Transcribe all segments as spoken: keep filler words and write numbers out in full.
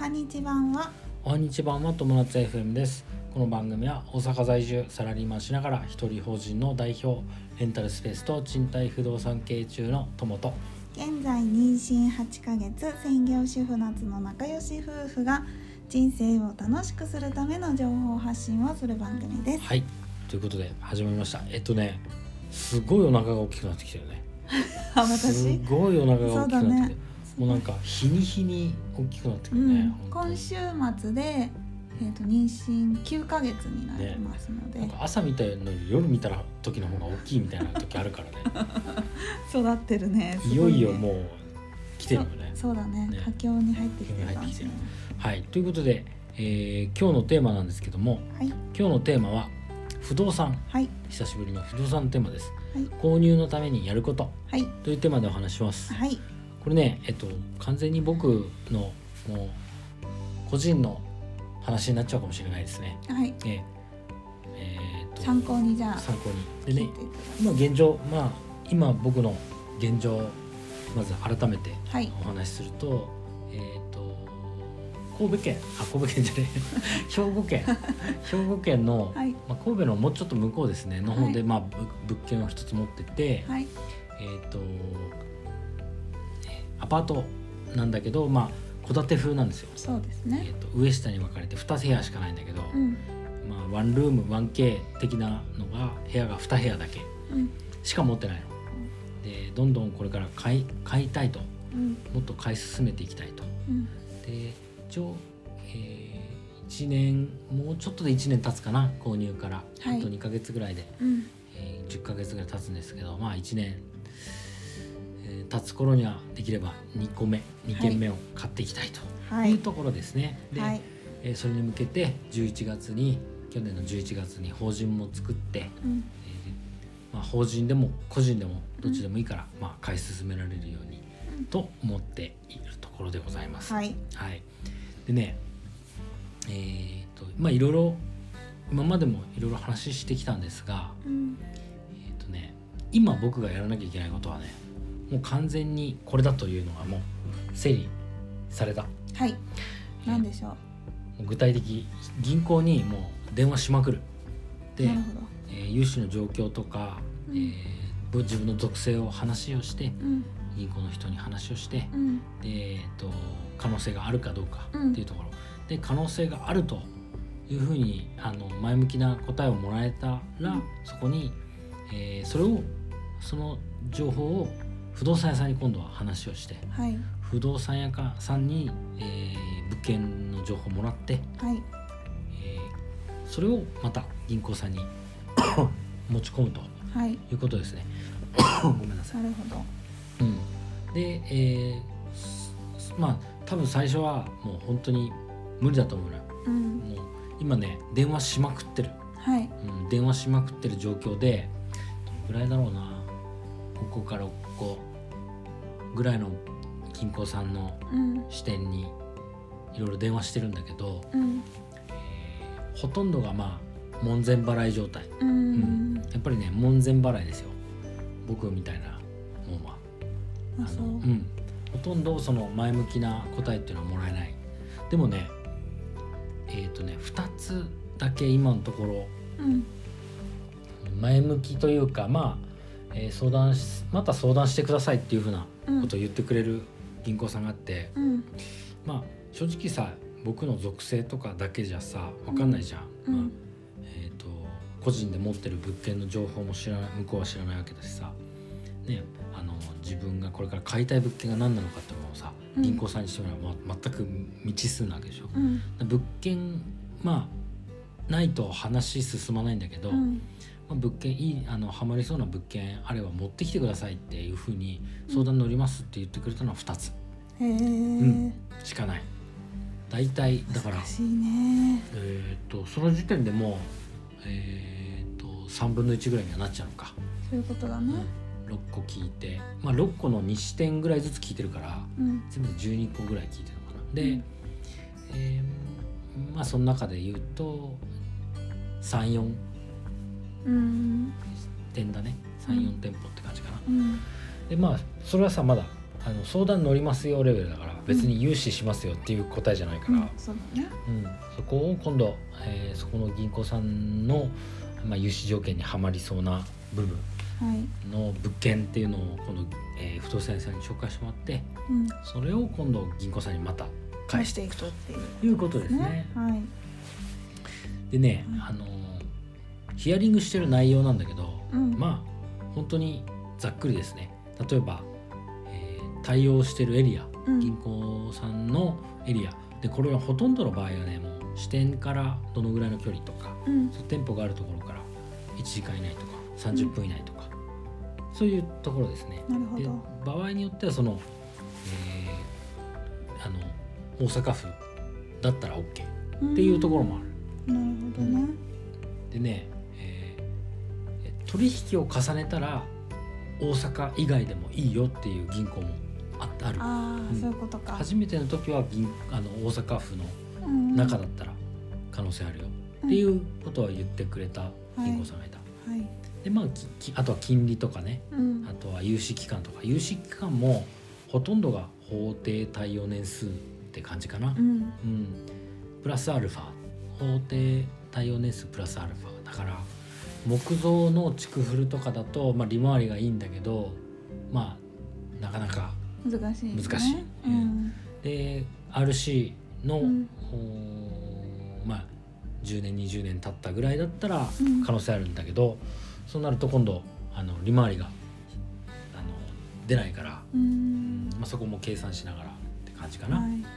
はにち版はおはにち版は友達 エフエム です。この番組は大阪在住サラリーマンしながら一人法人の代表、レンタルスペースと賃貸不動産経営中の友と現在妊娠はちかげつ専業主婦夏の仲良し夫婦が人生を楽しくするための情報発信をする番組です。 はい、ということで始まりました。えっとねすごいお腹が大きくなってきてるねあ、私すごいお腹が大きくなってきて、 ね、 もうなんか日に日に大きくなってくるね、 うん、 本当に今週末で、えー、と妊娠きゅうかげつになりますので、 ね、なんか朝見たのより夜見たら時の方が大きいみたいな時あるからね育ってるね、すいごいね、 いよいよもう来てるよね。 そ, そうだ ね, ね佳境に入ってきてる入ってきてる。はい、ということで、えー、今日のテーマなんですけども、 はい、 今日のテーマは不動産、 はい、 久しぶりの不動産のテーマです、 はい、 購入のためにやること、 はい、 というテーマでお話します、 はい、 これね、えっと、完全に僕のもう個人の話になっちゃうかもしれないですね、 はい、 ええー、っと参考にじゃあ参考にでね、 聞いていただいて今現状、まあ今僕の現状まず改めてはいお話しすると、えー、と神戸県あ神戸県じゃねえ兵庫県兵庫県の、 はい、 まあ、神戸のもうちょっと向こうですねの方で、 はいまあ、ぶ物件を一つ持ってて、 はい、 えー、とアパートなんだけど、まあ、戸建て風なんですよ。 そうですえね、 ー、と上下に分かれてに部屋しかないんだけど、 うん、 まあ、ワンルーム ワンケー 的なのが部屋がに部屋だけうんしか持ってないの。でどんどんこれから買い、買いたいと、 うん、 もっと買い進めていきたいと。 うんで一応、えー、いちねんもうちょっとでいちねん経つかな、購入から、 はい、 あとにかげつぐらいで、 うんえー、じゅっかげつぐらい経つんですけど、まあいちねん、えー、経つ頃にはできればにこめにけんめを買っていきたいとはいいうところですね、で、 はい、 えー、それに向けてじゅういちがつに去年のじゅういちがつに法人も作って、 うんえーまあ、法人でも個人でもどっちでもいいから、うん、まあ、買い進められるように、うん、と思っているところでございます。 はい、 はい、でねえー、とまあいろいろ今までもいろいろ話してきたんですが、 うんえーとね、今僕がやらなきゃいけないことはね、もう完全にこれだというのがもう整理された。 はい、何でしょう。 えー、具体的、銀行にもう電話しまくる。で、 なるほど、 えー、融資の状況とか、 うん、 えー、自分の属性を話をして、 うん、 銀行の人に話をして、 うん、 で、えーと、可能性があるかどうかっていうところ、うん、で可能性があるというふうにあの前向きな答えをもらえたら、うん、そこに、えー、それをその情報を不動産屋さんに今度は話をして、 はい、 不動産屋さんに、えー、物件の情報をもらって、 はい、 えー、それをまた銀行さんに持ち込むということですね、はい、ごめんなさい。 なるほど、 うん、で、えー、まあ多分最初はもう本当に無理だと思うな、 うん、 もう今ね電話しまくってる、 はい、 うん、電話しまくってる状況でどのぐらいだろうな、ごこからろっこぐらいの銀行さんの支店にいろいろ電話してるんだけど、 うん、 えー、ほとんどがまあ門前払い状態、 うんうん、 やっぱりね門前払いですよ、僕みたいなもんは。 あ、そう、 うん、ほとんどその前向きな答えっていうのはもらえない。でもねえっとねふたつだけ今のところ、 うん、 前向きというか、まあ、えー、相談しまた相談してくださいっていうふうなことを言ってくれる銀行さんがあって、 うん、 まあ正直さ僕の属性とかだけじゃさ分かんないじゃん、 うんまあえーと、個人で持ってる物件の情報も知らない、向こうは知らないわけだしさ、ね、あの自分がこれから買いたい物件が何なのかっていうのをさ、 うん、 銀行さんにしてみれば、ま、全く未知数なわけでしょ、 うん、 物件まあないと話進まないんだけど、うん、まあ、物件いいあのハマりそうな物件あれば持ってきてくださいっていうふうに相談乗りますって言ってくれたのはふたつ、 へー、 うん、しかない。大体だから難しいね、 えー、とその時点でもう、えー、とさんぶんのいちぐらいにはなっちゃうのか。 そういうことだね、 うん、ろっこ聞いて、まあ、ろっこのに視点ぐらいずつ聞いてるから、うん、全部でじゅうにこぐらい聞いてるのかな。で、うん、えー、まあその中で言うとさん、よんてんだね、さん、よん店舗って感じかな、 うん、 でまあそれはさまだあの相談乗りますよレベルだから、別に融資しますよっていう答えじゃないから、 うん、そうだね、 うん、そこを今度、えー、そこの銀行さんの、まあ、融資条件にはまりそうな部分の物件っていうのを今度、えー、不動産屋さんに紹介してもらって、 うん、 それを今度銀行さんにまた返していくということですね。 はい、 でね、はい、あのヒアリングしてる内容なんだけど、 うん、 まあ本当にざっくりですね。例えば、えー、対応してるエリア、うん、銀行さんのエリアで、これはほとんどの場合はね、もう支店からどのぐらいの距離とか、うん、店舗があるところからいちじかん以内とかさんじゅっぷん以内とか、うん、そういうところですね。 なるほど。 で場合によってはその、えー、あの大阪府だったら OK っていうところもある。 なるほどね。うん、 でね、えー、取引を重ねたら大阪以外でもいいよっていう銀行もあある。 あ、うん、そういうことか。 初めての時は銀あの大阪府の中だったら可能性あるよっていうことは言ってくれた銀行さんがいた。 はいはい、 でまあ、きあとは金利とかね、 うん、 あとは融資期間とか、融資期間もほとんどが法定対応年数って感じかな、 うんうん、 プラスアルファ、法定対応年数プラスアルファだから、木造の築古とかだと、まあ、利回りがいいんだけど、まあなかなか難しい、ね、 難しい、 うん、 で アールシー の、うん、まあじゅうねんにじゅうねん経ったぐらいだったら可能性あるんだけど、うん、そうなると今度あの利回りがあの出ないから、 うん、 まあ、そこも計算しながらって感じかな、はい、うん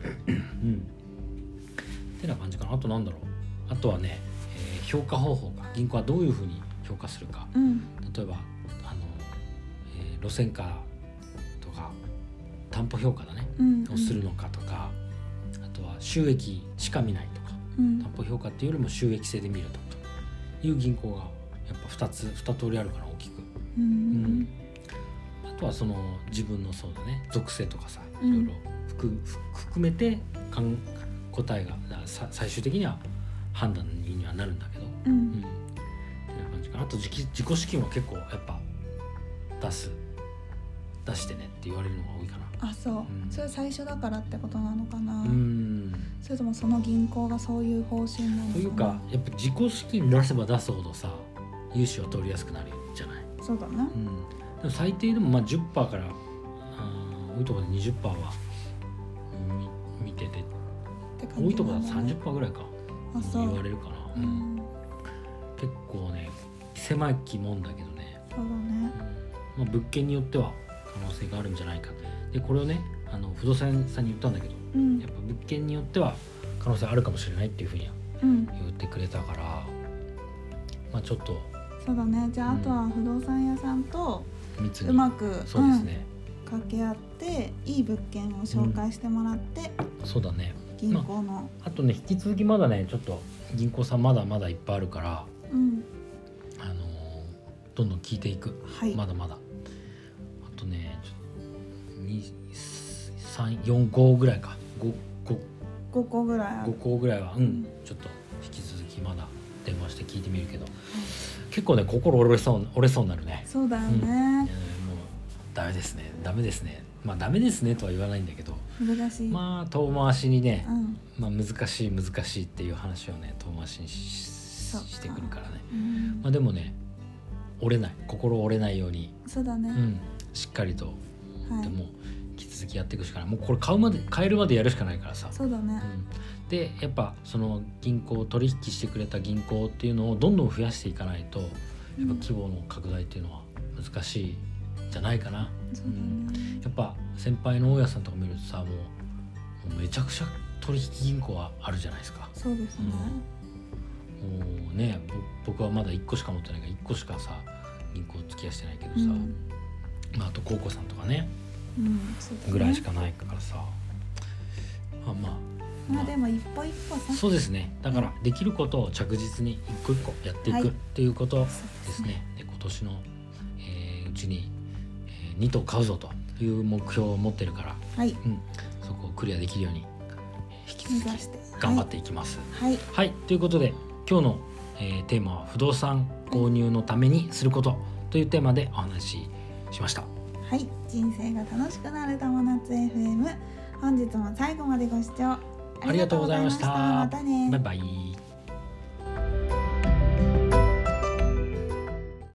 ってな感じかな。あとなんだろう、あとはね、えー、評価方法か、銀行はどういうふうに評価するか、 うん、 例えばあの、えー、路線価とか担保評価だね、うんうん、をするのかとか、あとは収益しか見ないとか、うん、担保評価っていうよりも収益性で見るとかいう銀行がやっぱふたつに通りあるから大きく、 うんうん、 あとはその自分のそうだね属性とかさ、いろいろ含めてかん答えが最終的には判断にはなるんだけど、うんうん、っていう感じかな。あと自己、自己資金は結構やっぱ出す出してねって言われるのが多いかな。 あ、そう、うん、それ最初だからってことなのかな、 うん、 それともその銀行がそういう方針なのかな。 というかやっぱ自己資金出せば出すほどさ融資を取りやすくなるじゃない。 そうだな、 うん、でも最低でもまあ じゅっパーセント から多いところで にじゅっパーセント は見てて、多いところだと さんじゅっパーセント ぐらいか言われるかな、うん、結構ね狭い気もんだけどね。 そうだね、 うんまあ、物件によっては可能性があるんじゃないか。でこれをねあの不動産屋さんに言ったんだけど、うん、やっぱ物件によっては可能性あるかもしれないっていうふうに言ってくれたから、うん、まあちょっとそうだね。じゃあ、うん、あとは不動産屋さんとうまくそうですね、 うん、掛け合っていい物件を紹介してもらって、 うん、そうだね銀行の、 まあ、あとね引き続きまだねちょっと銀行さんまだまだいっぱいあるから、 うんあのー、どんどん聞いていく、 はい、 まだまだあとねに、さん、よん、ごぐらいか 5, 5, 5個ぐらいあるごこぐらいは、うんうん、ちょっと引き続きまだ電話して聞いてみるけど、はい、結構ね心折れそう折れそうになるね。 そうだよね、うん、 もうダメですねダメですねまあダメですねとは言わないんだけど難しい。 まあ遠回しにね、 うんまあ、難しい難しいっていう話をね遠回しに し, してくるからね、 うんまあ、でもね折れない心折れないようにそうだね、 うん、しっかりと、 はい、 でも引き続きやっていくしかない。もうこれ買うまで買えるまでやるしかないからさ。 そうだね、 うん、でやっぱその銀行取引してくれた銀行っていうのをどんどん増やしていかないとやっぱ規模の拡大っていうのは難しいんじゃないかな。 そうだね、 うん、やっぱ先輩の大家さんとか見るとさもう、もうめちゃくちゃ取引銀行はあるじゃないですか。 そうですね、 うん、もうね僕はまだいっこしか持ってないからいっこしかさ銀行付き合いしてないけどさ、うんまあ、あと高校さんとかね、 うんそうだね、 ぐらいしかないからさまあまあまあでも一歩一歩さそうですね。だからできることを着実に一個一個やっていくっていうことですね、はい、で今年の、えー、うちに、えー、にとう買うぞという目標を持ってるから、 はいうん、そこをクリアできるように引き続き頑張っていきます。 はい、 はい、ということで今日の、えー、テーマは不動産購入のためにすることというテーマでお話ししました。 ははい、人生が楽しくなる友達 エフエム、本日も最後までご視聴ありがとうございました。またね。 バイバイ。